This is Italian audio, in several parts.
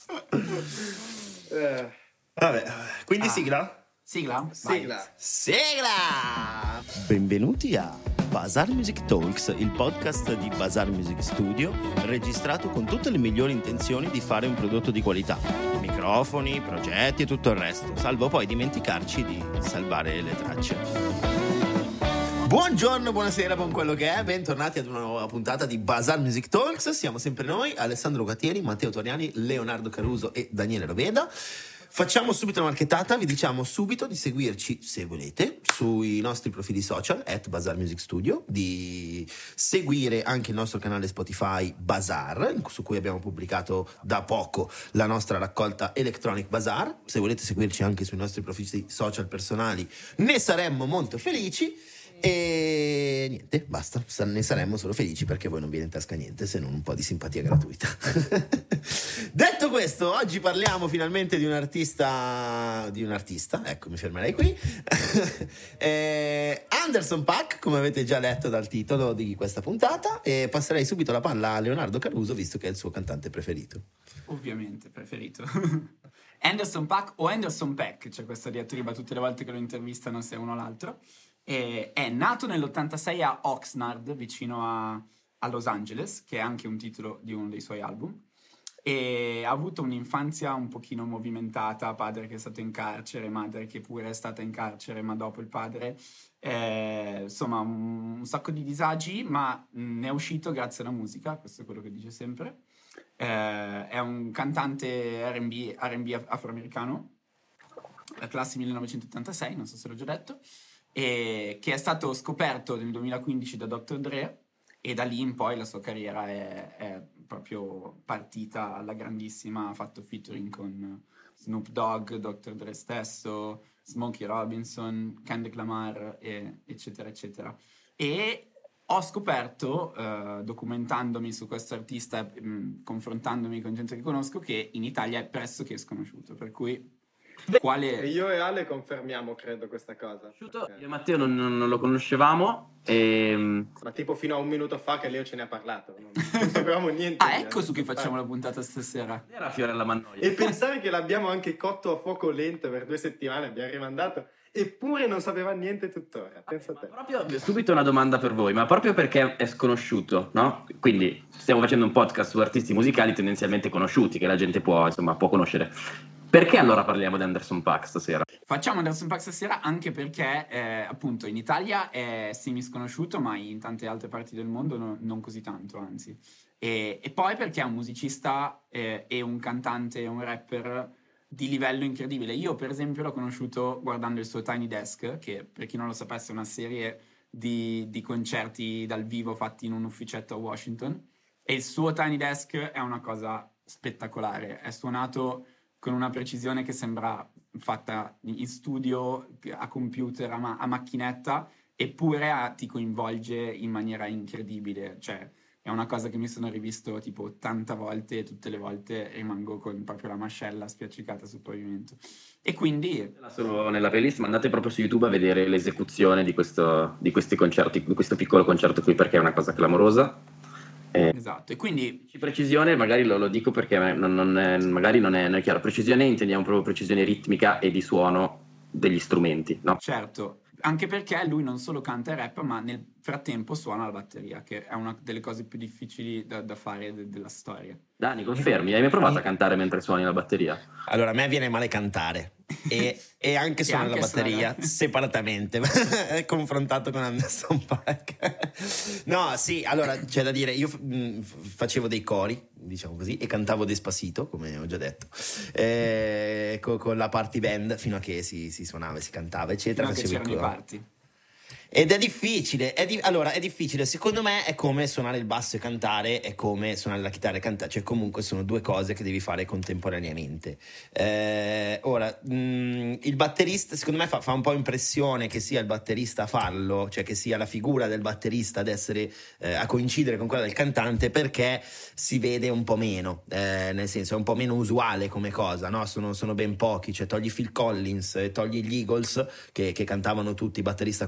Vabbè, quindi sigla? Sigla? Sigla! Benvenuti a Bazar Music Talks, il podcast di Bazar Music Studio, registrato con tutte le migliori intenzioni di fare un prodotto di qualità. Microfoni, progetti e tutto il resto, salvo poi dimenticarci di salvare le tracce. Buongiorno, buonasera, buon quello che è, bentornati ad una nuova puntata di Bazar Music Talks. Siamo sempre noi, Alessandro Guattieri, Matteo Toriani, Leonardo Caruso e Daniele Roveda. Facciamo subito una marchettata, vi diciamo subito di seguirci, se volete, sui nostri profili social, @BazarMusicStudio, di seguire anche il nostro canale Spotify Bazar, su cui abbiamo pubblicato da poco la nostra raccolta Electronic Bazar. Se volete seguirci anche sui nostri profili social personali, ne saremmo molto felici. E niente, basta, ne saremmo solo felici perché voi non viene in tasca niente se non un po' di simpatia gratuita. Detto questo, oggi parliamo finalmente di un artista, ecco, mi fermerei qui. Anderson .Paak, come avete già letto dal titolo di questa puntata, e passerei subito la palla a Leonardo Caruso, visto che è il suo cantante preferito. Ovviamente preferito. Anderson .Paak o Anderson .Paak, c'è questa diatriba tutte le volte che lo intervistano se è uno o l'altro. È nato nell'86 a Oxnard, vicino a Los Angeles, che è anche un titolo di uno dei suoi album, e ha avuto un'infanzia un pochino movimentata, padre che è stato in carcere, madre che pure è stata in carcere, ma dopo il padre, insomma un sacco di disagi, ma ne è uscito grazie alla musica, questo è quello che dice sempre. È un cantante R&B afroamericano, la classe 1986, non so se l'ho già detto, e che è stato scoperto nel 2015 da Dr. Dre, e da lì in poi la sua carriera è proprio partita alla grandissima. Ha fatto featuring con Snoop Dogg, Dr. Dre stesso, Smokey Robinson, Kendrick Lamar, eccetera eccetera. E ho scoperto, documentandomi su questo artista, confrontandomi con gente che conosco, che in Italia è pressoché sconosciuto, per cui io e Ale confermiamo, credo, questa cosa. Io e Matteo non lo conoscevamo, ma tipo fino a un minuto fa che Leo ce ne ha parlato, non sapevamo niente. Ecco su chi facciamo la puntata stasera. Era Fiorella Mannoia. E pensare che l'abbiamo anche cotto a fuoco lento per 2 settimane, abbiamo rimandato, eppure non sapeva niente tuttora. Pensa a te. Proprio subito una domanda per voi, ma proprio perché è sconosciuto, no? Quindi stiamo facendo un podcast su artisti musicali tendenzialmente conosciuti, che la gente può conoscere. Perché allora parliamo di Anderson .Paak stasera? Facciamo Anderson .Paak stasera anche perché appunto in Italia è semi-sconosciuto, ma in tante altre parti del mondo non così tanto, anzi. E poi perché è un musicista e un cantante e un rapper di livello incredibile. Io per esempio l'ho conosciuto guardando il suo Tiny Desk, che per chi non lo sapesse è una serie di concerti dal vivo fatti in un ufficetto a Washington, e il suo Tiny Desk è una cosa spettacolare. È suonato con una precisione che sembra fatta in studio, a computer, a macchinetta, eppure ti coinvolge in maniera incredibile. Cioè, è una cosa che mi sono rivisto tipo 80 volte, e tutte le volte rimango con proprio la mascella spiaccicata sul pavimento. E quindi solo nella playlist, ma andate proprio su YouTube a vedere l'esecuzione di questi concerti, di questo piccolo concerto qui, perché è una cosa clamorosa. Esatto, e quindi precisione, magari lo dico perché magari non è chiaro. Precisione intendiamo proprio precisione ritmica e di suono degli strumenti, no? Certo, anche perché lui non solo canta e rap, ma nel frattempo suona la batteria, che è una delle cose più difficili da fare della storia. Dani, confermi? Hai mai provato a cantare mentre suoni la batteria? Allora, a me viene male cantare e anche suonare la batteria separatamente, confrontato con Anderson .Paak. No, sì, allora c'è da dire, io facevo dei cori, diciamo così, e cantavo Despacito, come ho già detto, con la party band, fino a che si suonava e si cantava, eccetera. Fino a che c'erano i party. Ed è difficile, allora è difficile, secondo me è come suonare il basso e cantare, è come suonare la chitarra e cantare, cioè comunque sono due cose che devi fare contemporaneamente. Ora, il batterista secondo me fa un po' impressione che sia il batterista a farlo, cioè che sia la figura del batterista ad essere a coincidere con quella del cantante, perché si vede un po' meno, nel senso è un po' meno usuale come cosa, no? Sono ben pochi, cioè togli Phil Collins e togli gli Eagles che cantavano tutti, batterista compreso,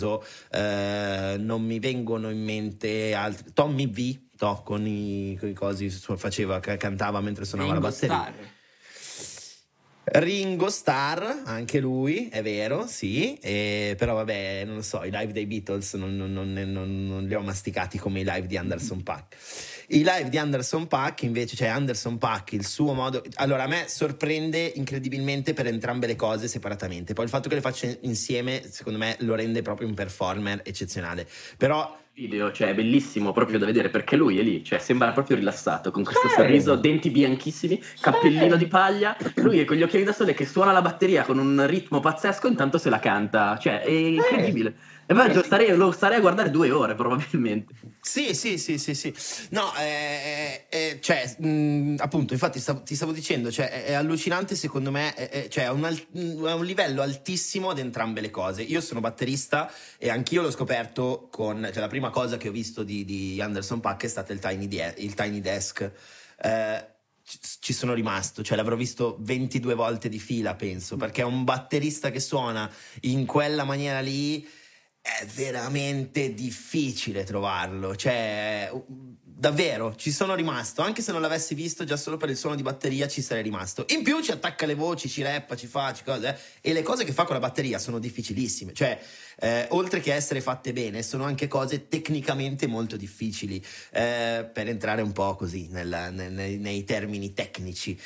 famoso, non mi vengono in mente altri. Tommy V, con i cosi cantava mentre suonava Ringo la batteria. Starr. Ringo Starr, anche lui, è vero, sì, però vabbè, non lo so, i live dei Beatles non li ho masticati come i live di Anderson .Paak. I live di Anderson .Paak invece, cioè Anderson .Paak, il suo modo, allora a me sorprende incredibilmente per entrambe le cose separatamente, poi il fatto che le faccia insieme secondo me lo rende proprio un performer eccezionale, però Video, cioè è bellissimo proprio da vedere, perché lui è lì, cioè sembra proprio rilassato, con questo sorriso, denti bianchissimi, cappellino di paglia, lui è con gli occhiali da sole che suona la batteria con un ritmo pazzesco, intanto se la canta, cioè è incredibile. E poi lo starei a guardare 2 ore probabilmente. Sì. No, cioè, appunto, infatti ti stavo dicendo, cioè, è allucinante secondo me, cioè, è un livello altissimo ad entrambe le cose. Io sono batterista e anch'io l'ho scoperto cioè, la prima cosa che ho visto di Anderson .Paak è stato il Tiny Desk. Ci sono rimasto, cioè l'avrò visto 22 volte di fila, penso, perché è un batterista che suona in quella maniera lì. È veramente difficile trovarlo, cioè davvero ci sono rimasto, anche se non l'avessi visto, già solo per il suono di batteria ci sarei rimasto. In più ci attacca le voci, ci rappa, ci cose, e le cose che fa con la batteria sono difficilissime, cioè oltre che essere fatte bene sono anche cose tecnicamente molto difficili, per entrare un po' così nei termini tecnici.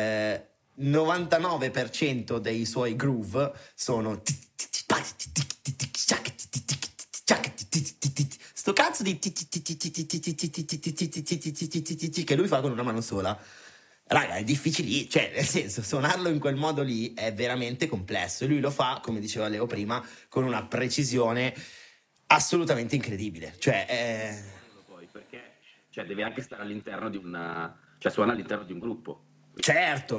99% dei suoi groove sono sto cazzo di che lui fa con una mano sola. Raga, è difficile, cioè nel senso, suonarlo in quel modo lì è veramente complesso e lui lo fa, come diceva Leo prima, con una precisione assolutamente incredibile, cioè Poi perché cioè deve anche stare all'interno di cioè suona all'interno di un gruppo. Certo.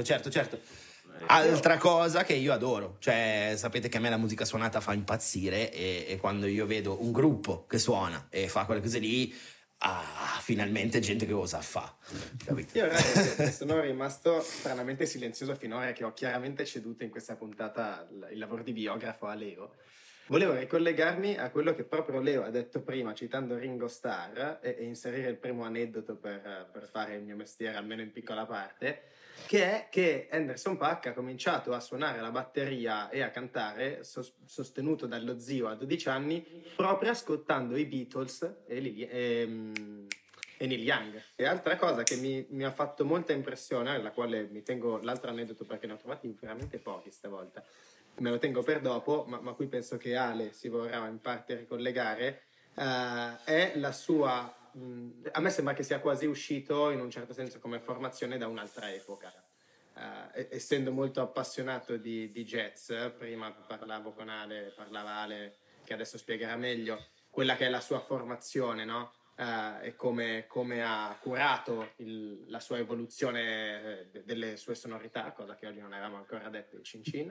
Altra cosa che io adoro, cioè sapete che a me la musica suonata fa impazzire e quando io vedo un gruppo che suona e fa quelle cose lì, finalmente gente che cosa fa, capito? Io ragazzi, sono rimasto stranamente silenzioso finora, che ho chiaramente ceduto in questa puntata il lavoro di biografo a Leo. Volevo ricollegarmi a quello che proprio Leo ha detto prima, citando Ringo Starr, e inserire il primo aneddoto per fare il mio mestiere, almeno in piccola parte, che è che Anderson .Paak ha cominciato a suonare la batteria e a cantare, sostenuto dallo zio a 12 anni, proprio ascoltando i Beatles e Neil Young. E altra cosa che mi ha fatto molta impressione, alla quale mi tengo l'altro aneddoto perché ne ho trovati veramente pochi stavolta, me lo tengo per dopo, ma qui penso che Ale si vorrà in parte ricollegare, è la sua... a me sembra che sia quasi uscito in un certo senso come formazione da un'altra epoca. Essendo molto appassionato di jazz, prima parlava Ale, che adesso spiegherà meglio, quella che è la sua formazione, no? E come ha curato la sua evoluzione delle sue sonorità, cosa che oggi non avevamo ancora detto, il cin cin.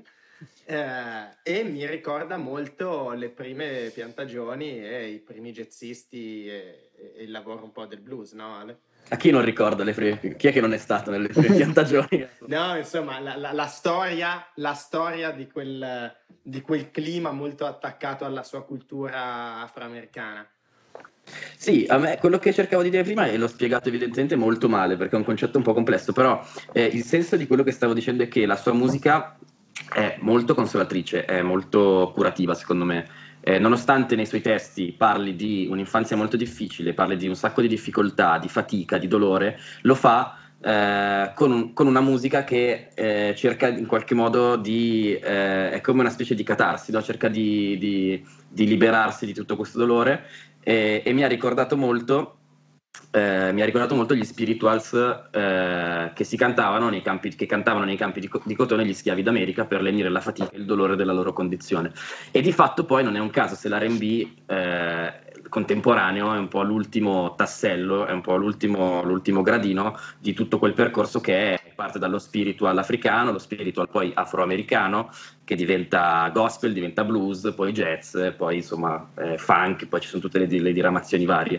E mi ricorda molto le prime piantagioni e i primi jazzisti e il lavoro un po' del blues, no Ale? A chi non ricorda le prime? Chi è che non è stato nelle prime piantagioni? No, insomma, la storia di quel clima molto attaccato alla sua cultura afroamericana. Sì, a me quello che cercavo di dire prima e l'ho spiegato evidentemente molto male perché è un concetto un po' complesso, però il senso di quello che stavo dicendo è che la sua musica è molto consolatrice, è molto curativa secondo me, nonostante nei suoi testi parli di un'infanzia molto difficile, parli di un sacco di difficoltà, di fatica, di dolore, lo fa con una musica che cerca in qualche modo è come una specie di catarsi, no? Cerca di liberarsi di tutto questo dolore e mi ha ricordato molto gli spirituals che cantavano nei campi di cotone gli schiavi d'America per lenire la fatica e il dolore della loro condizione. E di fatto poi non è un caso se l'R&B contemporaneo è un po' l'ultimo tassello, è un po' l'ultimo gradino di tutto quel percorso che parte dallo spiritual africano, lo spiritual poi afroamericano, che diventa gospel, diventa blues, poi jazz, poi insomma funk, poi ci sono tutte le diramazioni varie.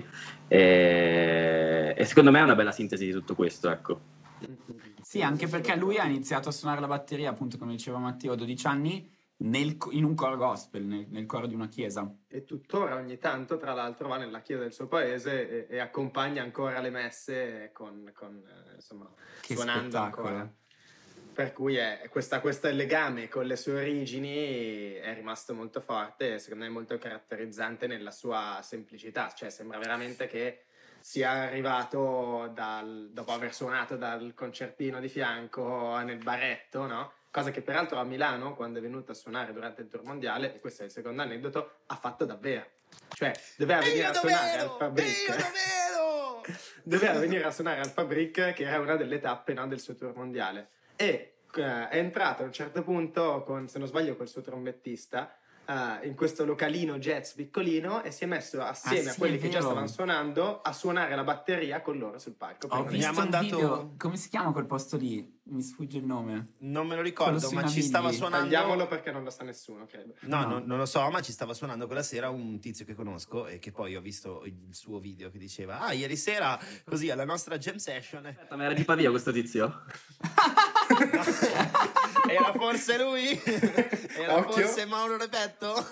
E secondo me è una bella sintesi di tutto questo, ecco. Sì, anche perché lui ha iniziato a suonare la batteria, appunto come diceva Matteo, a 12 anni, in un coro gospel, nel coro di una chiesa. E tuttora ogni tanto, tra l'altro, va nella chiesa del suo paese e accompagna ancora le messe insomma, Che suonando spettacolo. ancora. Per cui questo legame con le sue origini è rimasto molto forte e secondo me molto caratterizzante nella sua semplicità. Cioè sembra veramente che sia arrivato dopo aver suonato dal concertino di fianco nel baretto, no? Cosa che peraltro a Milano, quando è venuto a suonare durante il tour mondiale, e questo è il secondo aneddoto, ha fatto davvero. Cioè doveva venire a suonare al Fabric. Doveva venire a suonare al Fabric, che era una delle tappe, no, del suo tour mondiale. E è entrato a un certo punto, se non sbaglio, col suo trombettista, in questo localino jazz piccolino e si è messo assieme a quelli che già stavano suonando a suonare la batteria con loro sul palco. Ho visto un video, come si chiama quel posto lì? Mi sfugge il nome. Non me lo ricordo, ma ci stava suonando. Tagliamolo perché non lo sa nessuno, credo. No, non lo so, ma ci stava suonando quella sera un tizio che conosco e che poi ho visto il suo video che diceva: ieri sera, così alla nostra jam session. Aspetta, ma era di Pavia questo tizio? Era forse lui? Era Occhio. forse Mauro Repetto?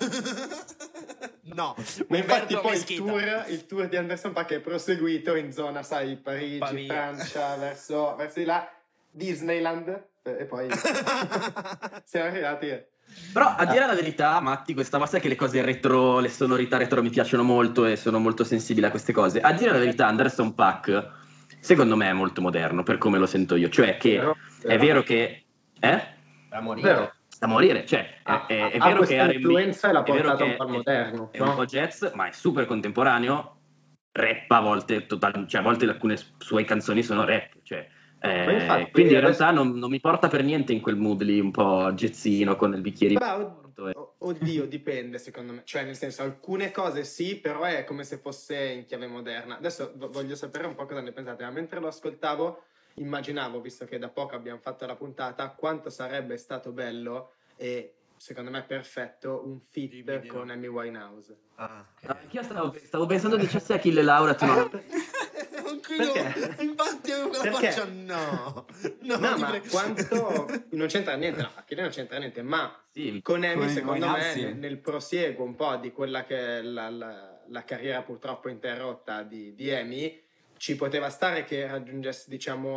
No, Ma infatti Umberto poi Meschita. il tour di Anderson Paak è proseguito in zona, sai, Parigi, Pavia. Francia, verso di là, Disneyland, e poi siamo arrivati. Però a dire la verità, Matti, questa volta che le cose retro, le sonorità retro mi piacciono molto e sono molto sensibile a queste cose. A dire la verità, Anderson Paak secondo me è molto moderno per come lo sento io, cioè che è vero che Da morire. da morire, cioè è vero che R&B influenza e l'ha è vero portata che un po' al moderno, è un po' jazz, ma è super contemporaneo, rappa a volte cioè a volte alcune sue canzoni sono rap, cioè infatti, quindi in realtà non mi porta per niente in quel mood lì un po' jazzino con il bicchierino. Oddio, dipende secondo me, cioè nel senso alcune cose sì, però è come se fosse in chiave moderna. Adesso voglio sapere un po' cosa ne pensate, ma mentre lo ascoltavo immaginavo, visto che da poco abbiamo fatto la puntata, quanto sarebbe stato bello e secondo me perfetto un feat con Amy Winehouse. Io stavo pensando dicessi Achille Laura, tu no. Perché? Infatti faccio no, ma quanto non c'entra niente, no, Achille non c'entra niente, ma Sì, con Amy Con secondo me Winehouse, sì. nel prosieguo un po' di quella che è la carriera purtroppo interrotta di Amy, ci poteva stare che aggiungesse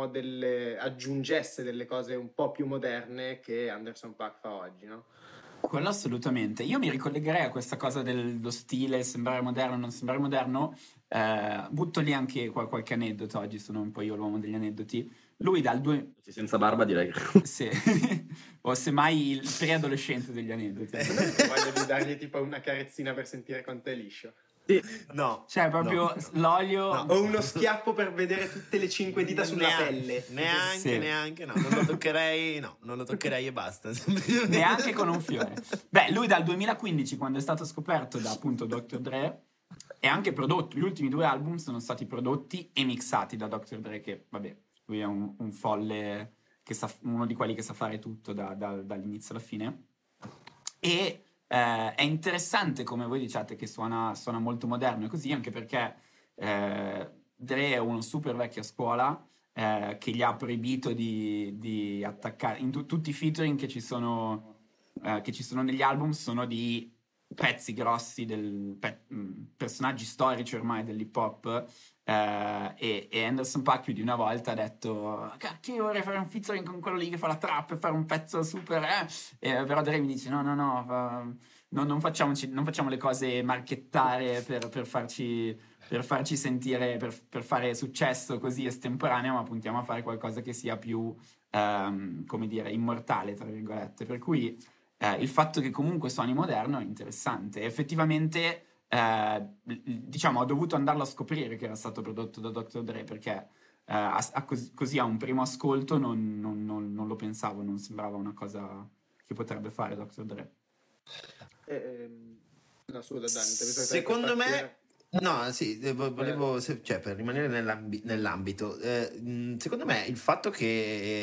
delle cose un po' più moderne che Anderson Paak fa oggi, no? Quello assolutamente. Io mi ricollegherei a questa cosa dello stile, sembrare moderno, non sembrare moderno. Butto lì anche qualche aneddoto. Oggi sono un po' io l'uomo degli aneddoti. Lui dal senza barba direi che... sì. O semmai il preadolescente degli aneddoti. Voglio dargli tipo una carezzina per sentire quanto è liscio. Sì. no. Cioè proprio l'olio... No. O uno schiaffo per vedere tutte le 5 dita sulla pelle. Neanche, no, non lo toccherei e basta. Neanche con un fiore. Beh, lui dal 2015, quando è stato scoperto da appunto Dr. Dre, e anche prodotto, gli ultimi 2 album sono stati prodotti e mixati da Dr. Dre, che vabbè, lui è un folle, uno di quelli che sa fare tutto dall'inizio alla fine. E è interessante come voi diciate che suona molto moderno e così, anche perché Dre è uno super vecchio a scuola, che gli ha proibito di attaccare in tutti i featuring che ci sono negli album sono di pezzi grossi personaggi storici ormai dell'hip hop, e Anderson Paak più di una volta ha detto cacchio, io vorrei fare un featuring con quello lì che fa la trap e fare un pezzo super però Dre mi dice no, non facciamo le cose marchettare per farci sentire, per fare successo così estemporaneo, ma puntiamo a fare qualcosa che sia più come dire, immortale tra virgolette, per cui il fatto che comunque suoni moderno è interessante. Effettivamente diciamo ho dovuto andarlo a scoprire che era stato prodotto da Dr. Dre, perché così a un primo ascolto non lo pensavo, non sembrava una cosa che potrebbe fare Dr. Dre. No, scusa, Dani, secondo me no, sì, volevo per rimanere nell'ambito, secondo me il fatto che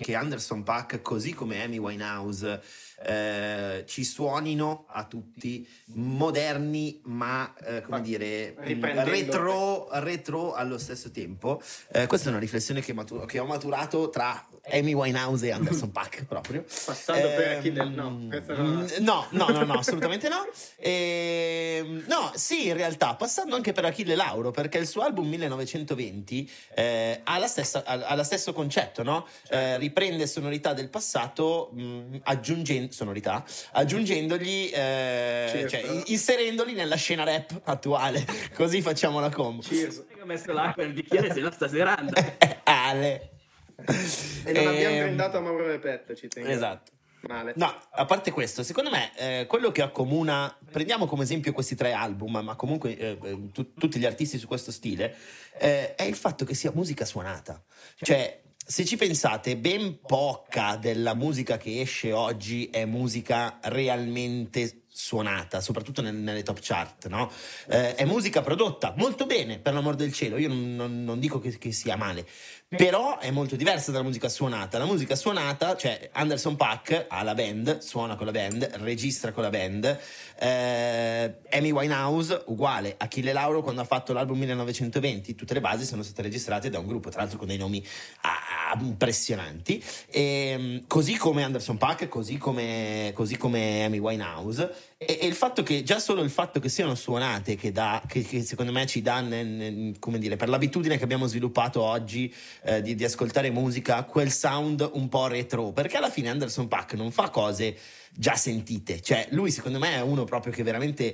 che Anderson .Paak, così come Amy Winehouse, ci suonino a tutti moderni, ma come dire, retro allo stesso tempo. Questa è una riflessione che ho maturato tra Amy Winehouse e Anderson .Paak proprio. Passando per Achille, no, assolutamente no. No, sì, in realtà passando anche per Achille Lauro, perché il suo album 1920 ha lo stesso concetto, no? Riprende sonorità del passato, aggiungendogli, cioè inserendoli nella scena rap attuale. Così facciamo la combo. Cheers. Ho messo l'acqua nel bicchiere, se no sta serando. Ale. E non abbiamo brindato a Mauro Repetto, ci tengo. Esatto. Male. No, a parte questo, secondo me quello che accomuna, prendiamo come esempio questi 3 album, ma comunque tutti gli artisti su questo stile, è il fatto che sia musica suonata. Cioè, se ci pensate, ben poca della musica che esce oggi è musica realmente suonata, soprattutto nelle top chart, no? È musica prodotta molto bene, per l'amor del cielo, io non dico che sia male, però è molto diversa dalla musica suonata. La musica suonata, cioè Anderson .Paak ha la band, suona con la band, registra con la band. Amy Winehouse uguale, Achille Lauro quando ha fatto l'album 1920 tutte le basi sono state registrate da un gruppo, tra l'altro con dei nomi impressionanti, così come Anderson .Paak, così come Amy Winehouse, e il fatto che già solo il fatto che siano suonate che secondo me ci dà, come dire, per l'abitudine che abbiamo sviluppato oggi di ascoltare musica, quel sound un po' retro, perché alla fine Anderson .Paak non fa cose già sentite, cioè lui secondo me è uno proprio che veramente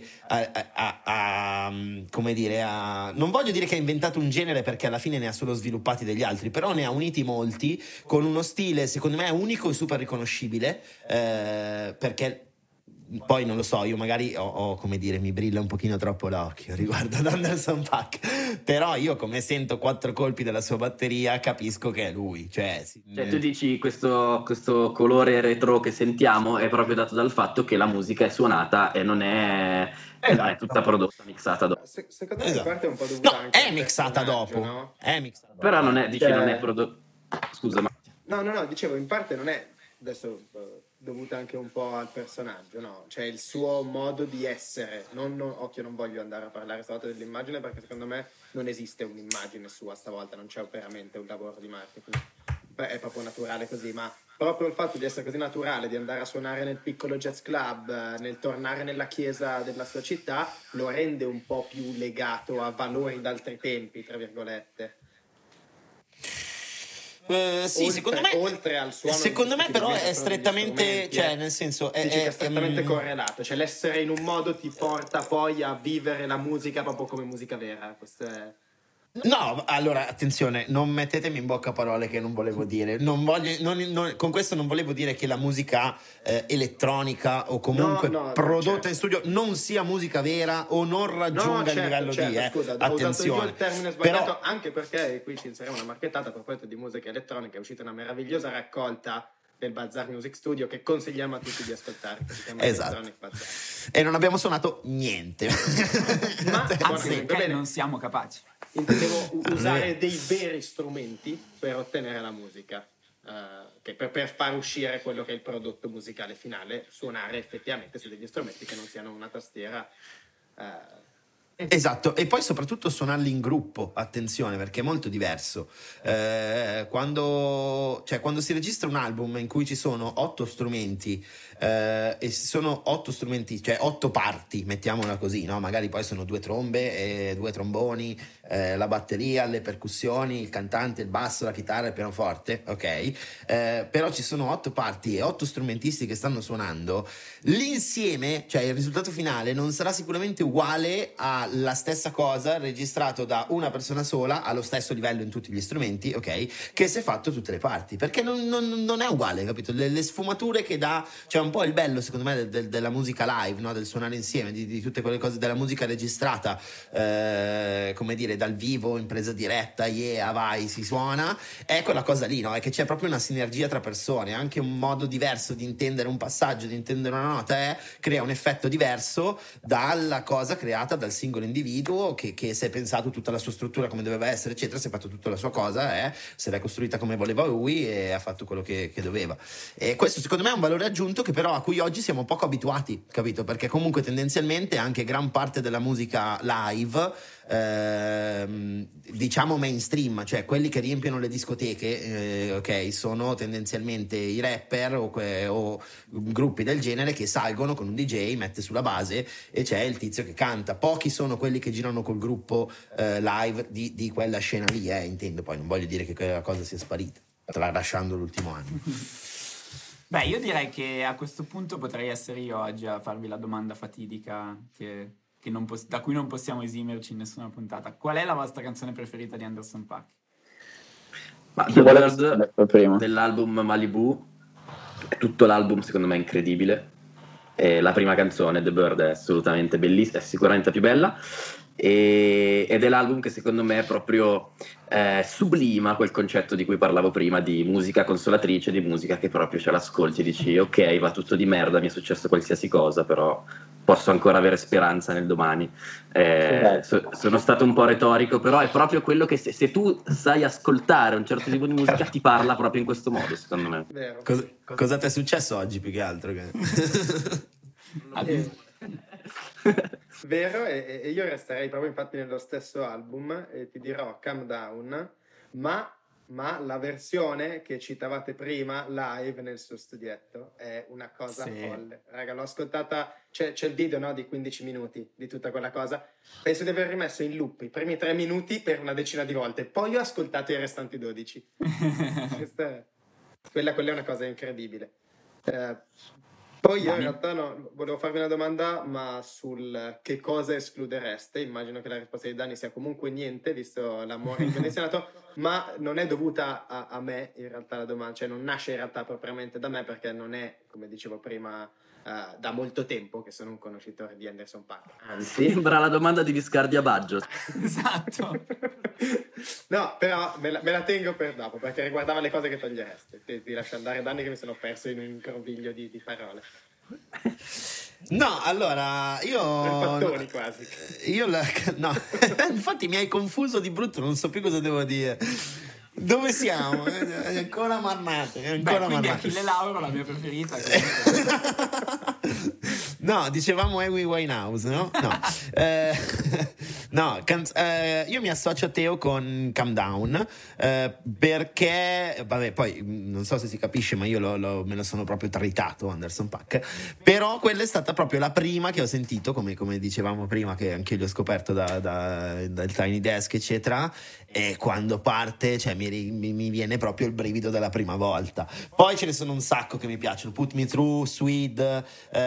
come dire, non voglio dire che ha inventato un genere, perché alla fine ne ha solo sviluppati degli altri, però ne ha uniti molti con uno stile secondo me unico e super riconoscibile, perché poi non lo so, io magari ho come dire, mi brilla un pochino troppo l'occhio riguardo ad Anderson .Paak, però io come sento 4 colpi della sua batteria capisco che è lui, cioè tu dici questo colore retro che sentiamo è proprio dato dal fatto che la musica è suonata e non è tutta prodotta, mixata dopo. Secondo me in parte è un po' dovuta anche è mixata dopo, no? È mixata dopo. Però non è, dici, non è prodotto. Scusa, ma no, dicevo, in parte non è adesso dovuta anche un po' al personaggio, no? Cioè il suo modo di essere. Occhio, non voglio andare a parlare stavolta dell'immagine, perché secondo me non esiste un'immagine sua stavolta, non c'è veramente un lavoro di marketing. Beh, è proprio naturale così, ma proprio il fatto di essere così naturale, di andare a suonare nel piccolo jazz club, nel tornare nella chiesa della sua città, lo rende un po' più legato a valori d'altri tempi, tra virgolette. Sì, secondo me, oltre al suono, secondo me però è strettamente, cioè nel senso è strettamente correlato, cioè l'essere in un modo ti porta poi a vivere la musica proprio come musica vera. Questo è... No, allora attenzione, non mettetemi in bocca parole che non volevo dire. Con questo non volevo dire che la musica elettronica o comunque prodotta in studio non sia musica vera o non raggiunga il livello di scusa, attenzione. Ho usato io il termine sbagliato, però... anche perché qui ci inseriamo una marchettata a proposito di musica elettronica. È uscita una meravigliosa raccolta del Bazaar Music Studio che consigliamo a tutti di ascoltare, che si chiama esatto. E non abbiamo suonato niente. Ma anzi, non siamo capaci. Intendevo usare dei veri strumenti per ottenere la musica, che per far uscire quello che è il prodotto musicale finale, suonare effettivamente su degli strumenti che non siano una tastiera. Esatto, e poi soprattutto suonarli in gruppo, attenzione, perché è molto diverso. Quando si registra un album in cui ci sono 8 strumenti, e sono 8 strumenti, cioè 8 parti, mettiamola così, no? Magari poi sono 2 trombe, 2 tromboni, la batteria, le percussioni, il cantante, il basso, la chitarra, il pianoforte, ok? Però ci sono 8 parti e 8 strumentisti che stanno suonando. L'insieme, cioè il risultato finale, non sarà sicuramente uguale alla stessa cosa registrato da una persona sola allo stesso livello in tutti gli strumenti, ok? Che se fatto tutte le parti, perché non è uguale, capito? Le sfumature che dà, cioè un po' il bello secondo me della musica live, no? Del suonare insieme, di tutte quelle cose, della musica registrata, come dire, dal vivo, in presa diretta, vai, si suona, è quella cosa lì, no? È che c'è proprio una sinergia tra persone, anche un modo diverso di intendere un passaggio, di intendere una nota, crea un effetto diverso dalla cosa creata dal singolo singolo individuo che si è pensato tutta la sua struttura come doveva essere, eccetera, si è fatto tutta la sua cosa, se l'è costruita come voleva lui e ha fatto quello che doveva. E questo secondo me è un valore aggiunto che però a cui oggi siamo poco abituati, capito? Perché comunque tendenzialmente anche gran parte della musica live, diciamo mainstream, cioè quelli che riempiono le discoteche, ok, sono tendenzialmente i rapper o gruppi del genere che salgono con un DJ, mette sulla base e c'è il tizio che canta. Pochi sono quelli che girano col gruppo live di quella scena lì, intendo. Poi non voglio dire che quella cosa sia sparita, tralasciando l'ultimo anno. Beh, io direi che a questo punto potrei essere io oggi a farvi la domanda fatidica da cui non possiamo esimerci in nessuna puntata. Qual è la vostra canzone preferita di Anderson .Paak? Ma The Bird dell'album Malibu, tutto l'album secondo me è incredibile, e la prima canzone The Bird è assolutamente bellissima, è sicuramente la più bella, ed è l'album che secondo me proprio sublima quel concetto di cui parlavo prima, di musica consolatrice, di musica che proprio ce l'ascolti e dici ok, va tutto di merda, mi è successo qualsiasi cosa, però posso ancora avere speranza nel domani. Sono stato un po' retorico, però è proprio quello che se tu sai ascoltare un certo tipo di musica ti parla proprio in questo modo, secondo me. Cosa ti è successo oggi più che altro? Vero, e io resterei proprio infatti nello stesso album e ti dirò Calm Down, ma la versione che citavate prima live nel suo studietto è una cosa folle. Raga, l'ho ascoltata, c'è il video, no, di 15 minuti di tutta quella cosa. Penso di aver rimesso in loop i primi 3 minuti per una decina di volte, poi ho ascoltato i restanti 12. Quella è una cosa incredibile. Poi io in realtà volevo farvi una domanda, ma sul che cosa escludereste. Immagino che la risposta di Dani sia comunque niente, visto l'amore incondizionato, ma non è dovuta a me in realtà la domanda, cioè non nasce in realtà propriamente da me, perché non è, come dicevo prima, da molto tempo che sono un conoscitore di Anderson .Paak. Anzi, sembra la domanda di Viscardi a Baggio. Esatto. No, però me la tengo per dopo, perché riguardava le cose che togliereste. Ti lascio andare, Danni, che mi sono perso in un groviglio di parole. No, allora io quasi. No, infatti mi hai confuso di brutto, non so più cosa devo dire. Dove siamo? È ancora marnate. Quindi Achille Lauro, la mia preferita. No, dicevamo Amy Winehouse, no? No. Io mi associo a Teo con Calm Down, perché, vabbè, poi non so se si capisce, ma io me lo sono proprio tritato Anderson .Paak, però quella è stata proprio la prima che ho sentito, come dicevamo prima, che anche io l'ho scoperto dal Tiny Desk, eccetera, e quando parte, cioè mi viene proprio il brivido della prima volta. Poi ce ne sono un sacco che mi piacciono, Put Me Through, Sweet,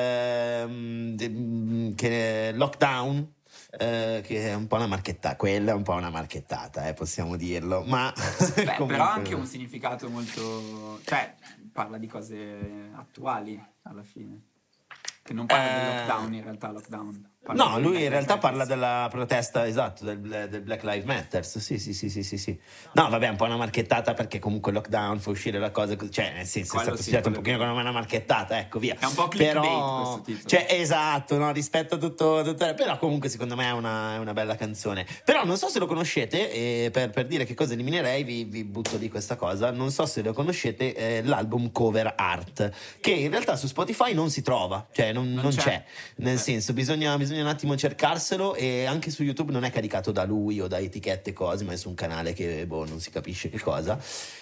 Lockdown, che è un po' una marchettata. Quella è un po' una marchettata, possiamo dirlo, ma comunque... però ha anche un significato molto, cioè parla di cose attuali alla fine, che non parla del lockdown, in realtà lockdown. No, lui in realtà parla della protesta, esatto, del Black Lives Matter. Sì. No, vabbè, è un po' una marchettata, perché comunque il lockdown fa uscire la cosa, cioè nel senso è stato studiato un pochino come una marchettata, ecco, via. È un po' clickbait questo titolo. Cioè, esatto, no, rispetto a tutto, però comunque secondo me è una bella canzone. Però non so se lo conoscete, e per dire che cosa eliminerei vi butto di questa cosa. Non so se lo conoscete, l'album Cover Art, che in realtà su Spotify non si trova, cioè non c'è. Nel senso bisogna un attimo cercarselo, e anche su YouTube non è caricato da lui o da etichette cose, ma è su un canale che non si capisce che cosa.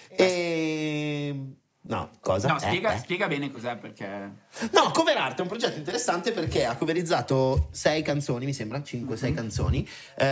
No, cosa? No, spiega bene cos'è, perché... No, Cover Art è un progetto interessante perché ha coverizzato 6 canzoni, mi sembra, 5-6 canzoni,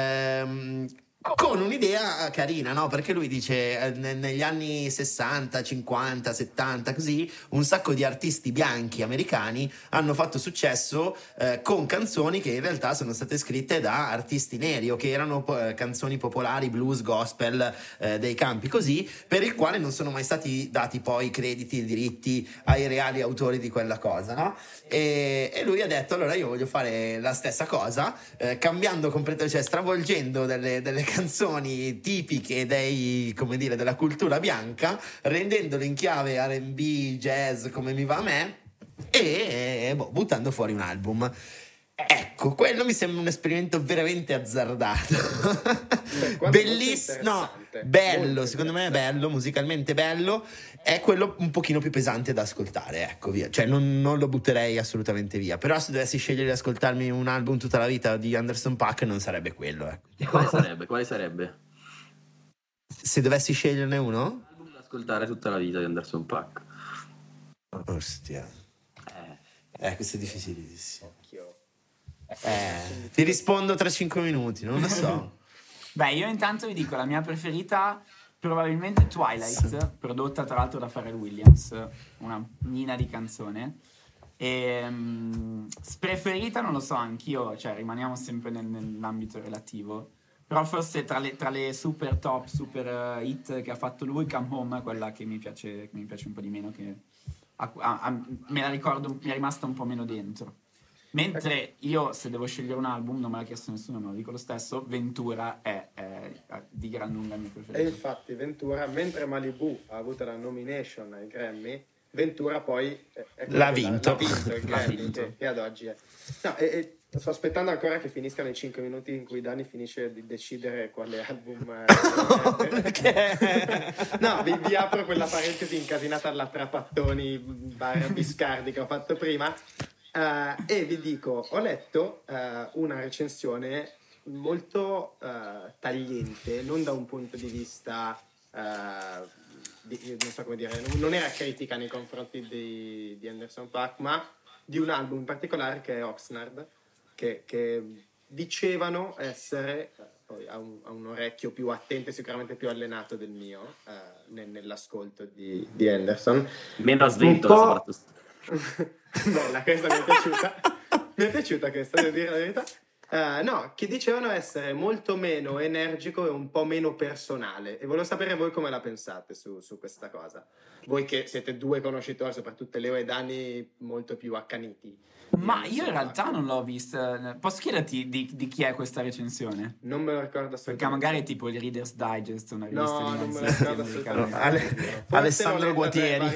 con un'idea carina, no? Perché lui dice negli anni 60, 50, 70, così, un sacco di artisti bianchi americani hanno fatto successo con canzoni che in realtà sono state scritte da artisti neri, o che erano canzoni popolari, blues, gospel, dei campi così, per il quale non sono mai stati dati poi crediti e diritti ai reali autori di quella cosa, no? E lui ha detto: allora io voglio fare la stessa cosa, cambiando completamente, cioè stravolgendo delle canzoni tipiche della cultura bianca, rendendole in chiave R&B, jazz, come mi va a me, e buttando fuori un album. Ecco, quello mi sembra un esperimento veramente azzardato. Bellissimo, no, bello, secondo me è bello, musicalmente bello, è quello un pochino più pesante da ascoltare, ecco, via. Cioè non lo butterei assolutamente via, però se dovessi scegliere di ascoltarmi un album tutta la vita di Anderson .Paak non sarebbe quello, ecco. E quale sarebbe? Se dovessi sceglierne uno? Album da ascoltare tutta la vita di Anderson .Paak. Ostia. Questo è difficilissimo. Ti rispondo tra 5 minuti, non lo so. Beh, io intanto vi dico la mia preferita, probabilmente Twilight, prodotta tra l'altro da Pharrell Williams, una mina di canzone. E preferita non lo so anch'io, cioè rimaniamo sempre nell'ambito relativo. Però forse tra le super top, super hit che ha fatto lui, Come Home è quella che mi piace un po' di meno, che me la ricordo, mi è rimasta un po' meno dentro. Mentre io, se devo scegliere un album, non me l'ha chiesto nessuno, me lo dico lo stesso, Ventura è di gran lunga il mio preferito. E infatti Ventura, mentre Malibu ha avuto la nomination ai Grammy, Ventura poi l'ha vinto il Grammy, che ad oggi è. No, sto aspettando ancora che finiscano i 5 minuti in cui Dani finisce di decidere quale album no, vi apro quella parentesi incasinata alla Trapattoni / Biscardi che ho fatto prima. E vi dico, ho letto una recensione molto tagliente, non da un punto di vista non so come dire, non era critica nei confronti di Anderson .Paak, ma di un album in particolare che è Oxnard, che dicevano essere, poi ha un orecchio più attento e sicuramente più allenato del mio nell'ascolto di Anderson. Meno sventola soprattutto. Bella, questa mi è piaciuta questa, devo dire la verità. No, che dicevano essere molto meno energico e un po' meno personale, e volevo sapere voi come la pensate su questa cosa, voi che siete due conoscitori, soprattutto Leo e Dani, molto più accaniti. Ma io in realtà non l'ho vista. Posso chiederti di chi è questa recensione? Non me lo ricordo assolutamente. Perché magari è tipo il Reader's Digest, una rivista no, di non me lo ricordo assolutamente. Alessandro Guatieri.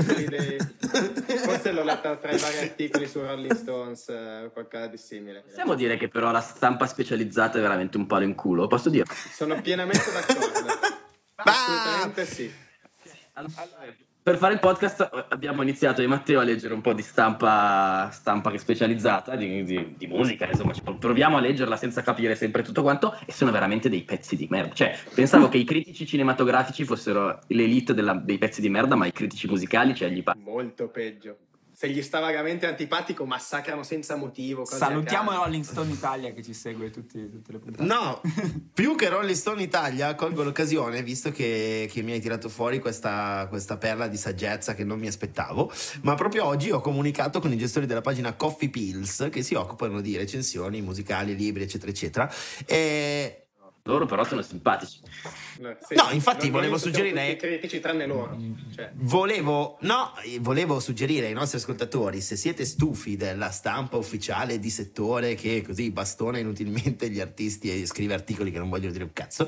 Forse l'ho letta tra i vari articoli su Rolling Stones, qualcosa di simile. Possiamo dire che però la stampa specializzata è veramente un palo in culo, posso dire? Sono pienamente d'accordo. Assolutamente sì. Allora, per fare il podcast abbiamo iniziato io e Matteo a leggere un po' di stampa che è specializzata di musica, insomma proviamo a leggerla senza capire sempre tutto quanto, e sono veramente dei pezzi di merda. Cioè pensavo che i critici cinematografici fossero l'elite dei pezzi di merda, ma i critici musicali, cioè gli molto peggio. Se gli sta vagamente antipatico, massacrano senza motivo. Salutiamo Rolling Stone Italia che ci segue tutte le puntate. No, più che Rolling Stone Italia, colgo l'occasione, visto che mi hai tirato fuori questa perla di saggezza che non mi aspettavo, ma proprio oggi ho comunicato con i gestori della pagina Coffee Pills, che si occupano di recensioni musicali, libri, eccetera, eccetera. E loro però sono simpatici. Sì, no, infatti volevo suggerire i critici tranne loro, cioè. Volevo suggerire ai nostri ascoltatori, se siete stufi della stampa ufficiale di settore che così bastona inutilmente gli artisti e scrive articoli che non vogliono dire un cazzo,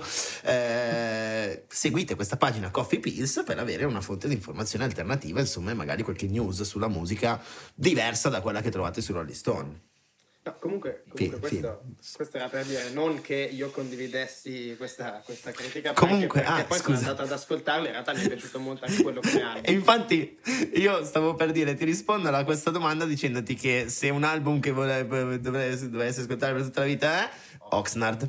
seguite questa pagina Coffee Pills per avere una fonte di informazione alternativa, insomma, e magari qualche news sulla musica diversa da quella che trovate su Rolling Stone. No, comunque questo era per dire, non che io condividessi questa critica, comunque, perché poi sono andato ad ascoltarla, in realtà mi è piaciuto molto anche quello che ha. E infatti io stavo per dire, ti rispondo a questa domanda dicendoti che se un album che dovessi ascoltare per tutta la vita è Oxnard.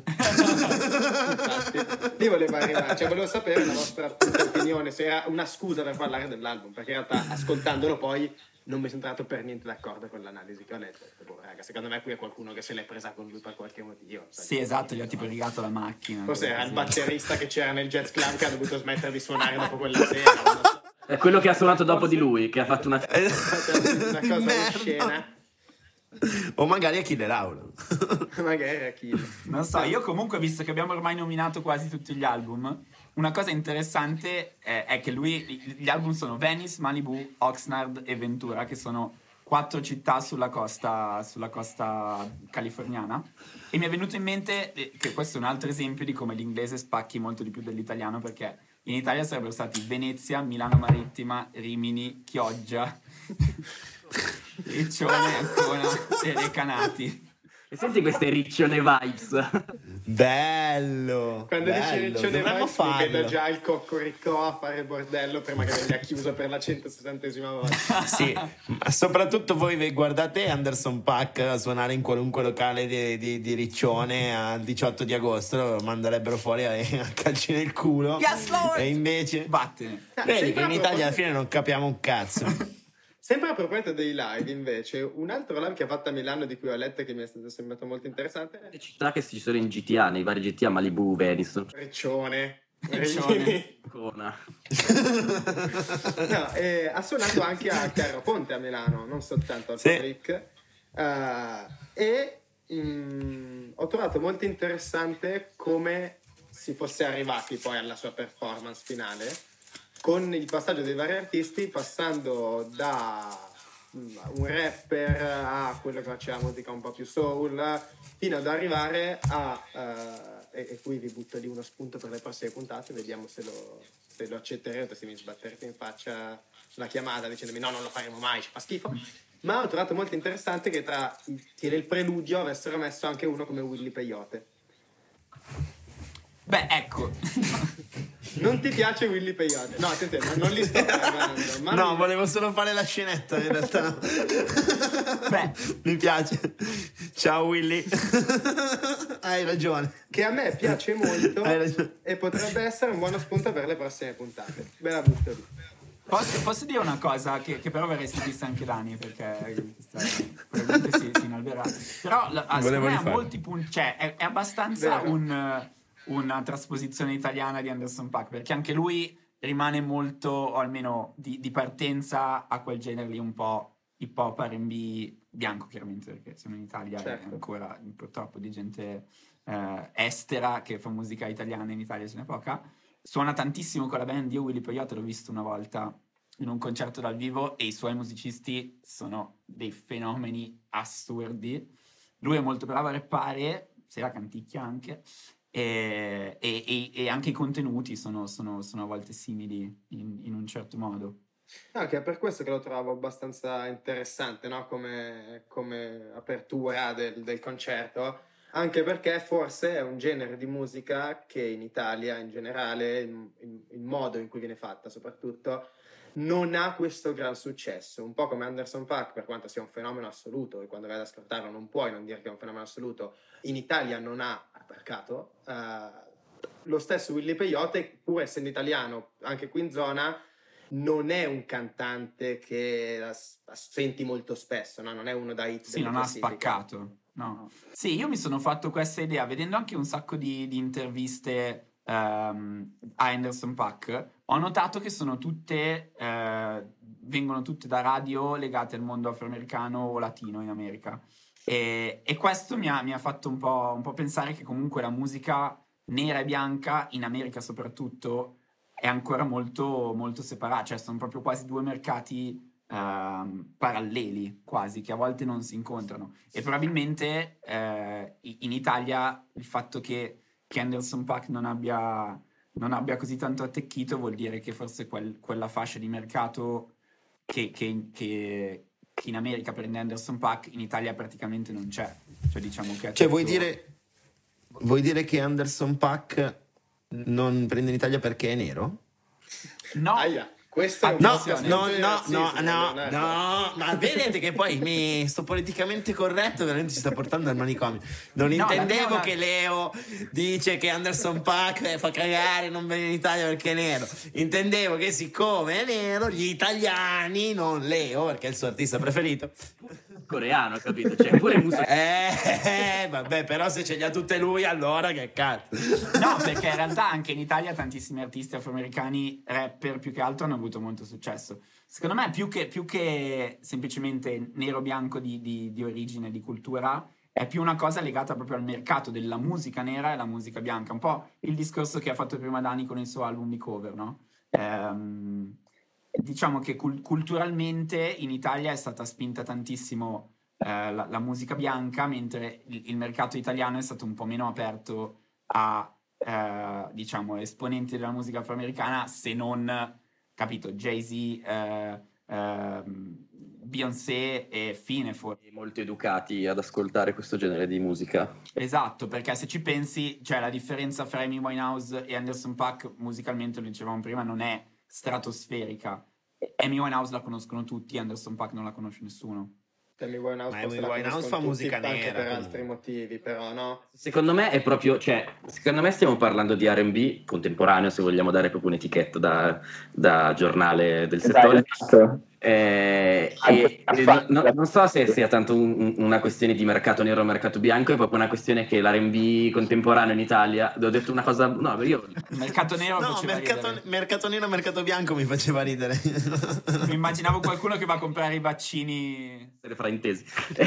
Infatti, lì volevo arrivare, cioè volevo sapere la vostra opinione, se era una scusa per parlare dell'album, perché in realtà ascoltandolo poi non mi sono trovato per niente d'accordo con l'analisi che ho letto. Raga, secondo me qui è qualcuno che se l'è presa con lui per qualche motivo. Sì, esatto, gli ho tipo rigato la macchina. Forse era il batterista che c'era nel Jazz Club che ha dovuto smettere di suonare dopo quella sera. Non so. È quello che ha suonato dopo di lui, che ha fatto una cosa oscena. O magari Achille Lauro. Magari Achille. Non so, io comunque, visto che abbiamo ormai nominato quasi tutti gli album, una cosa interessante è che gli album sono Venice, Malibu, Oxnard e Ventura, che sono 4 città sulla costa californiana, e mi è venuto in mente che questo è un altro esempio di come l'inglese spacchi molto di più dell'italiano, perché in Italia sarebbero stati Venezia, Milano Marittima, Rimini, Chioggia, Riccione, Ancona e Recanati. E senti queste riccione vibes. Bello. Quando dice bello. Riccione Dovremmo Vibes mi vedo farlo. già il coccoricò a fare bordello prima che venga chiuso per la 160esima volta. Sì, ma soprattutto voi guardate Anderson .Paak a suonare in qualunque locale di Riccione al 18 di agosto, lo manderebbero fuori a calci nel culo. Yes, Lord! E invece Vattene. vedi Sempre che a in Italia alla proposito- fine non capiamo un cazzo. Sempre a proposito dei live, invece, un altro live che ha fatto a Milano di cui ho letto e che mi è stato sembrato molto interessante Le città che ci sono in GTA, nei vari GTA, Malibu, Venice, è Riccione. Riccione. Cona. No, ha suonato anche a Carro Ponte a Milano, non soltanto al Sì. Fabric. Ho trovato molto interessante come si fosse arrivati poi alla sua performance finale, con il passaggio dei vari artisti, passando da un rapper a quello che faceva musica un po' più soul, fino ad arrivare a e qui vi butto lì uno spunto per le prossime puntate, vediamo se lo accetterete o se mi sbatterete in faccia la chiamata dicendomi no, non lo faremo mai, ci fa schifo. Ma ho trovato molto interessante che nel preludio avessero messo anche uno come Willy Peyote. Beh, ecco. Non ti piace Willy Peyote? No, attenzione, non li sto parlando. Ma No, volevo solo fare la scenetta in realtà. Beh. Mi piace. Ciao Willy. Hai ragione. che a me piace molto Hai ragione. e potrebbe essere un buono spunto per le prossime puntate. Ve la butto lì. Posso dire una cosa che però verresti vista anche Dani, perché probabilmente si inalberà. Però secondo Volevo me ha rifarlo. molti punti, cioè è abbastanza Vero. una trasposizione italiana di Anderson .Paak, perché anche lui rimane molto, o almeno di partenza, a quel genere lì un po' hip hop R&B bianco, chiaramente, perché siamo in Italia e Certo. ancora purtroppo di gente estera che fa musica italiana, in Italia ce n'è poca. Suona tantissimo con la band. Io Willy Peyote l'ho visto una volta in un concerto dal vivo e i suoi musicisti sono dei fenomeni assurdi. Lui è molto bravo a rappare, se la canticchia anche, e anche i contenuti sono a volte simili in un certo modo. No, che è per questo che lo trovo abbastanza interessante, no? come apertura del concerto, anche perché forse è un genere di musica che in Italia in generale, il modo in cui viene fatta soprattutto, non ha questo gran successo, un po' come Anderson .Paak, per quanto sia un fenomeno assoluto, e quando vai ad ascoltarlo non puoi non dire che è un fenomeno assoluto, in Italia non ha mercato. Lo stesso Willy Peyote, pur essendo italiano, anche qui in zona, non è un cantante che la senti molto spesso, no? Non è uno da hit Sì, delle non ha classifiche. spaccato. No. Sì, io mi sono fatto questa idea vedendo anche un sacco di interviste a Anderson .Paak. Ho notato che sono tutte vengono tutte da radio legate al mondo afroamericano o latino in America, e questo mi ha fatto un po' pensare che comunque la musica nera e bianca in America soprattutto è ancora molto, molto separata, cioè sono proprio quasi due mercati paralleli quasi, che a volte non si incontrano, e probabilmente inItalia il fatto che Anderson .Paak non abbia così tanto attecchito vuol dire che forse quella fascia di mercato che in America prende Anderson .Paak in Italia praticamente non c'è, cioè diciamo che è Cioè, tutto- vuoi dire che Anderson .Paak non prende in Italia perché è nero? no. Aia, questo è un No, podcast no, contro il no, razzismo, no, no, Leonardo. no, ma vedete che poi sto politicamente corretto, veramente ci sta portando al manicomio. Non No, intendevo la mia- che Leo dice che Anderson .Paak fa cagare, non viene in Italia perché è nero. Intendevo che siccome è nero, gli italiani, non Leo, perché è il suo artista preferito. Coreano, capito? Cioè, pure musica. Vabbè, però se ce li ha tutte lui, allora che cazzo. No, perché in realtà anche in Italia tantissimi artisti afroamericani, rapper più che altro, hanno avuto molto successo. Secondo me più che semplicemente nero-bianco di origine, di cultura, è più una cosa legata proprio al mercato della musica nera e la musica bianca. Un po' il discorso che ha fatto prima Dani con il suo album di cover, no? Diciamo che culturalmente in Italia è stata spinta tantissimo la musica bianca, mentre il mercato italiano è stato un po' meno aperto a diciamo esponenti della musica afroamericana, se non, capito, Jay-Z, Beyoncé e fine forse. Molto educati ad ascoltare questo genere di musica. Esatto, perché se ci pensi, cioè la differenza fra Amy Winehouse e Anderson .Paak musicalmente, lo dicevamo prima, non è stratosferica. Amy Winehouse la conoscono tutti, Anderson .Paak non la conosce nessuno. Amy Winehouse, Ma forse Amy la Winehouse conoscono fa tutti, musica anche nera, per comunque. altri motivi, però no? Secondo me è proprio, secondo me stiamo parlando di R&B contemporaneo, se vogliamo dare proprio un'etichetta da giornale del settore. Esatto. Non so se sia tanto una questione di mercato nero o mercato bianco, è proprio una questione che l'R&B contemporaneo in Italia, ho detto una cosa, no, io Mercato nero No, faceva ridere. mercato nero, mercato bianco mi faceva ridere. Mi immaginavo qualcuno che va a comprare i vaccini. essere fraintesi.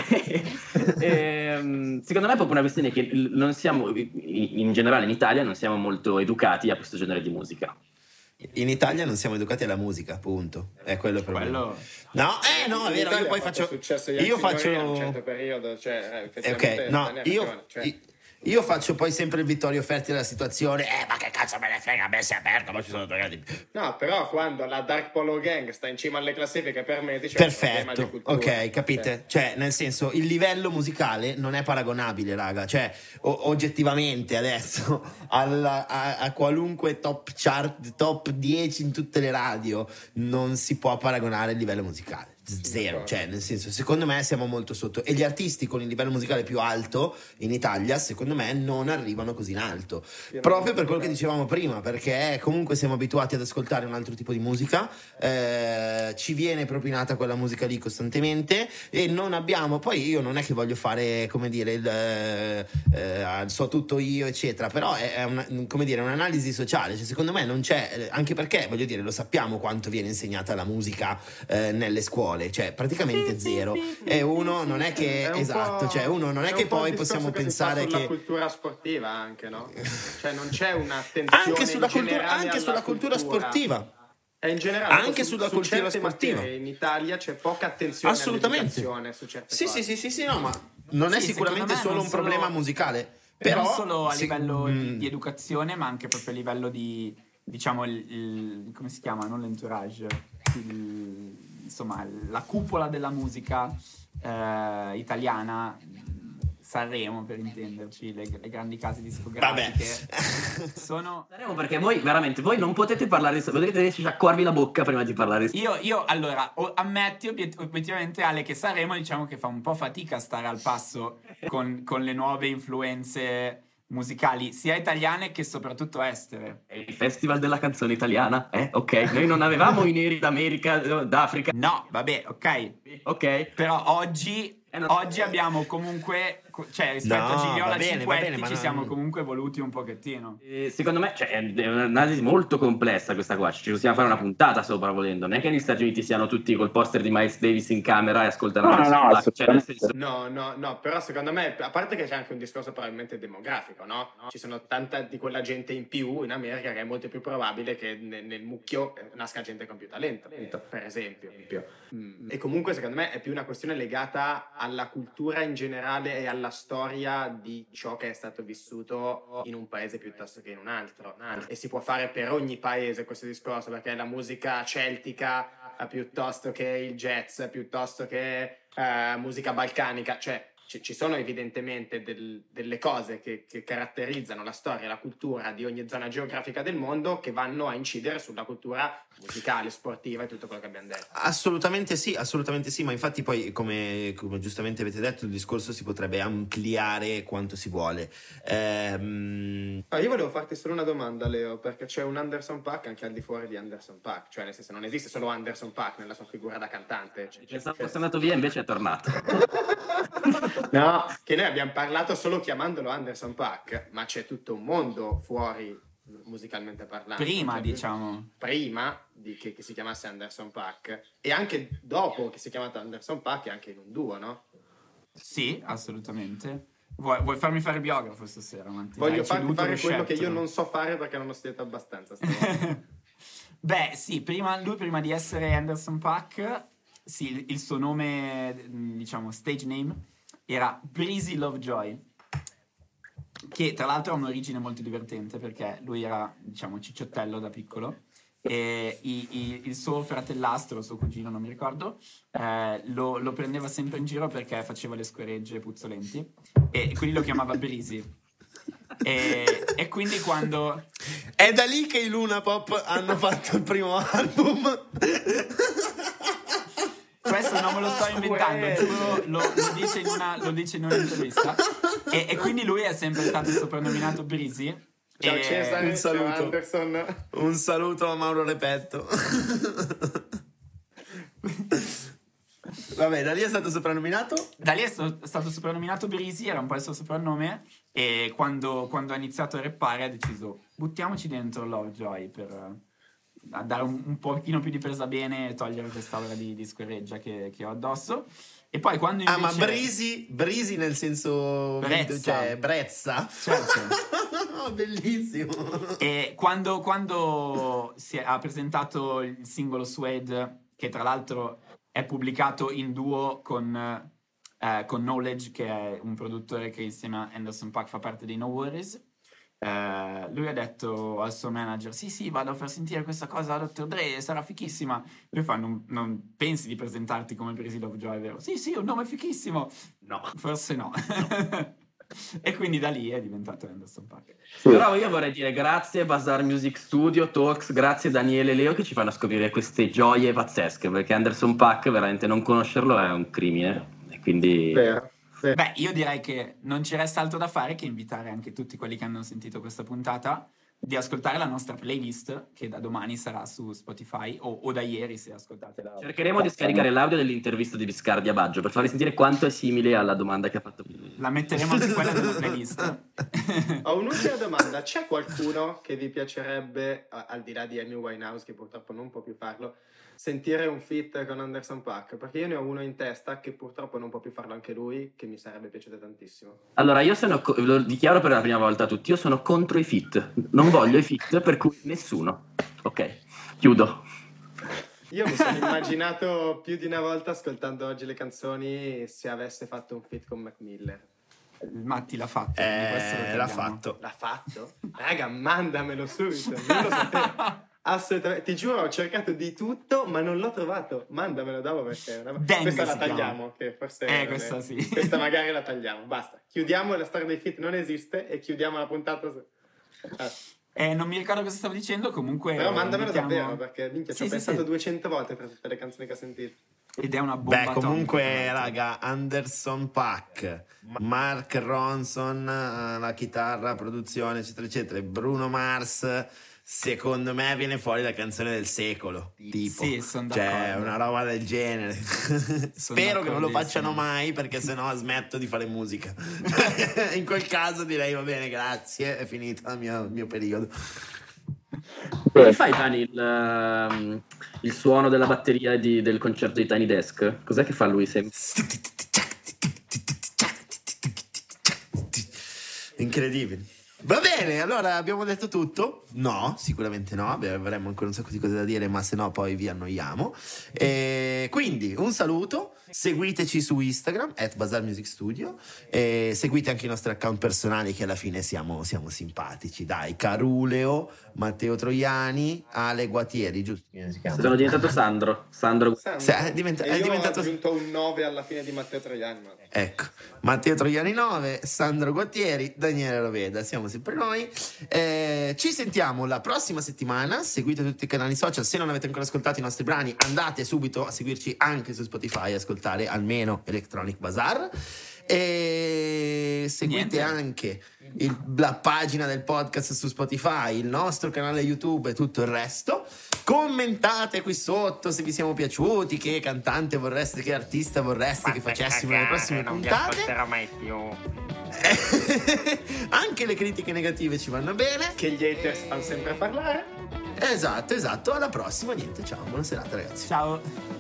Secondo me è proprio una questione che non siamo, in generale in Italia, non siamo molto educati a questo genere di musica. In Italia non siamo educati alla musica, punto. È quello il problema. Quello... No, è vero, io poi faccio... Io faccio... a un certo periodo, cioè, Ok, effettivamente no, Daniele faceva, cioè, io faccio poi sempre il Vittorio Ferti della situazione. Ma che cazzo me ne frega, a me si è aperto, ma ci sono drogati. no, però quando la Dark Polo Gang sta in cima alle classifiche per me c'è un problema di Perfetto, cultura. ok, capite? Cioè, nel senso, il livello musicale non è paragonabile, raga. Cioè, oggettivamente adesso a qualunque top chart, top 10 in tutte le radio, non si può paragonare il livello musicale. Zero, cioè nel senso, secondo me siamo molto sotto, e gli artisti con il livello musicale più alto in Italia secondo me non arrivano così in alto, proprio per quello che dicevamo prima, perché comunque siamo abituati ad ascoltare un altro tipo di musica, ci viene propinata quella musica lì costantemente e non abbiamo, poi io non è che voglio fare, come dire, so tutto io eccetera, però è come dire, un'analisi sociale, cioè secondo me non c'è, anche perché voglio dire, lo sappiamo quanto viene insegnata la musica nelle scuole, cioè praticamente zero, e uno non è che esatto, cioè uno non è che poi possiamo pensare che sulla cultura sportiva anche, no? Cioè non c'è un'attenzione anche sulla alla cultura sportiva. E in generale Anche sulla cultura certe sportiva. materie in Italia c'è poca attenzione Assolutamente. all'educazione su certe Sì, cose. sì, no, ma non è Sì, sicuramente secondo solo me un problema musicale, però non solo a se- livello di educazione, ma anche proprio a livello di, diciamo, come si chiama? Non l'entourage, insomma, la cupola della musica italiana, Sanremo per intenderci, le grandi case discografiche sono... Sanremo, perché voi non potete parlare, dovete sciacquarvi la bocca prima di parlare. Io allora ammetti obiettivamente, Ale, che Sanremo diciamo che fa un po' fatica a stare al passo con le nuove influenze musicali, sia italiane che soprattutto estere. È il festival della canzone italiana, ok? Noi non avevamo i neri d'America, d'Africa. No, vabbè, Ok. però oggi abbiamo comunque, cioè rispetto a Gigliola Cinquetti ma ci siamo comunque evoluti un pochettino. Secondo me, è un'analisi molto complessa questa qua, ci possiamo fare una puntata sopra volendo, non è che negli Stati Uniti siano tutti col poster di Miles Davis in camera e ascoltano No, Anderson no, Paak, cioè, nel senso, No, però secondo me, a parte che c'è anche un discorso probabilmente demografico, no? Ci sono tanta di quella gente in più in America che è molto più probabile che nel mucchio nasca gente con più talento, per esempio. E comunque secondo me è più una questione legata alla cultura in generale e alla storia di ciò che è stato vissuto in un paese piuttosto che in un altro. E si può fare per ogni paese questo discorso, perché la musica celtica piuttosto che il jazz, piuttosto che musica balcanica, cioè ci sono evidentemente delle cose che caratterizzano la storia e la cultura di ogni zona geografica del mondo che vanno a incidere sulla cultura musicale, sportiva e tutto quello che abbiamo detto. Assolutamente sì, ma infatti poi come giustamente avete detto il discorso si potrebbe ampliare quanto si vuole. Io volevo farti solo una domanda, Leo, perché c'è un Anderson .Paak anche al di fuori di Anderson .Paak, cioè nel senso non esiste solo Anderson .Paak nella sua figura da cantante. pensavo fosse andato via, invece è tornato. No, che noi abbiamo parlato solo chiamandolo Anderson .Paak, ma c'è tutto un mondo fuori musicalmente parlando. Prima, diciamo. Prima che si chiamasse Anderson .Paak e anche dopo che si è chiamato Anderson .Paak e anche in un duo, no? Sì, assolutamente. Vuoi farmi fare il biografo stasera, Manti? Voglio Hai farti ceduto fare lo quello che io scettro. non so fare perché non ho studiato abbastanza stavolta. Beh, sì, prima di essere Anderson .Paak, sì, il suo nome, diciamo, stage name, era Breezy Lovejoy, che tra l'altro ha un'origine molto divertente perché lui era, diciamo, cicciottello da piccolo e il suo fratellastro, suo cugino, non mi ricordo, lo prendeva sempre in giro perché faceva le scoregge puzzolenti e quindi lo chiamava Breezy. E quindi quando... È da lì che i Luna Pop hanno fatto il primo album. Questo non me lo sto inventando, giuro, lo dice in un'intervista. E quindi lui è sempre stato soprannominato Breezy. Ciao Cesare, un saluto. ciao Anderson. Un saluto a Mauro Repetto. Vabbè, da lì è stato soprannominato? Da lì è stato soprannominato Breezy, era un po' il suo soprannome. E quando ha iniziato a rappare ha deciso, buttiamoci dentro Lovejoy per dare un pochino più di presa bene e togliere quest'aura di scorreggia che ho addosso. E poi quando invece... ma Breezy nel senso... Brezza. Cioè, brezza? Certo. Bellissimo. E quando ha presentato il singolo Suede, che tra l'altro è pubblicato in duo con Knowledge, che è un produttore che insieme a Anderson .Paak fa parte dei No Worries, lui ha detto al suo manager: sì, vado a far sentire questa cosa a Dr. Dre, sarà fichissima. Lui fa: non pensi di presentarti come Breezy Lovejoy, vero? Sì, un nome fichissimo. No. Forse no. E quindi da lì è diventato Anderson .Paak. Però io vorrei dire grazie Bazaar Music Studio, Talks, grazie Daniele e Leo che ci fanno scoprire queste gioie pazzesche, perché Anderson .Paak veramente non conoscerlo è un crimine, e quindi... Beh, io direi che non ci resta altro da fare che invitare anche tutti quelli che hanno sentito questa puntata di ascoltare la nostra playlist, che da domani sarà su Spotify o da ieri, se ascoltate la... Cercheremo di scaricare l'audio dell'intervista di Viscardi a Baggio per farvi sentire quanto è simile alla domanda che ha fatto prima. La metteremo anche quella nella playlist. Ho un'ultima domanda: c'è qualcuno che vi piacerebbe, al di là di Amy Winehouse che purtroppo non può più farlo, sentire un feat con Anderson .Paak? Perché io ne ho uno in testa che purtroppo non può più farlo anche lui, che mi sarebbe piaciuto tantissimo. Allora, io lo dichiaro per la prima volta a tutti, io sono contro i feat, non voglio i feat, per cui nessuno. Ok, chiudo. Io mi sono immaginato più di una volta, ascoltando oggi le canzoni, se avesse fatto un feat con Mac Miller. Il Matti l'ha fatto. questo lo L'ha tagliamo. fatto. L'ha fatto? Raga, mandamelo subito, non lo sapevo. Assolutamente, ti giuro, ho cercato di tutto ma non l'ho trovato. Mandamelo dopo, perché Dang, questa la si tagliamo, che forse non questa è... sì. Questa magari la tagliamo. Basta, chiudiamo, la storia dei feat non esiste e chiudiamo la puntata Non mi ricordo cosa stavo dicendo, comunque... Però mandamelo invitiamo- davvero, perché minchia, ci ho Sì, pensato sì. 200 volte tra tutte le canzoni che ho sentito. Ed è una bomba Beh, comunque, atomica. raga, Anderson .Paak, Mark Ronson, la chitarra, produzione, eccetera, eccetera, Bruno Mars, secondo me viene fuori la canzone del secolo, tipo. Sì, son cioè, d'accordo. una roba del genere. Spero che non lo d'accordissimo. facciano mai, perché sennò smetto di fare musica. In quel caso direi va bene, grazie, è finito il mio periodo. Come fai, Dani, il suono della batteria del concerto di Tiny Desk? Cos'è che fa lui sempre? Incredibile. Va bene, allora abbiamo detto tutto? No, sicuramente no. Beh, avremmo ancora un sacco di cose da dire, ma se no poi vi annoiamo. Quindi un saluto, seguiteci su Instagram @BazaarMusicStudio, seguite anche i nostri account personali, che alla fine siamo simpatici, dai. Caruleo, Matteo Troiani, Ale Guatieri, giusto? Come si chiama? Sono diventato Sandro. È E diventato... io ho aggiunto un 9 alla fine di Matteo Troiani. Ma... Ecco, Matteo Troiani 9, Sandro Guattieri, Daniele Roveda, siamo sempre noi. Ci sentiamo la prossima settimana. Seguite tutti i canali social. Se non avete ancora ascoltato i nostri brani, andate subito a seguirci anche su Spotify, ascoltare almeno Electronic Bazaar. E seguite Niente. anche la pagina del podcast su Spotify, il nostro canale YouTube e tutto il resto. Commentate qui sotto se vi siamo piaciuti, che cantante vorreste, che artista vorreste che facessimo nelle prossime puntate. Non mai più. Anche le critiche negative ci vanno bene. Che gli haters fanno sempre parlare. Esatto. Alla prossima. Niente, ciao, buona serata ragazzi. Ciao.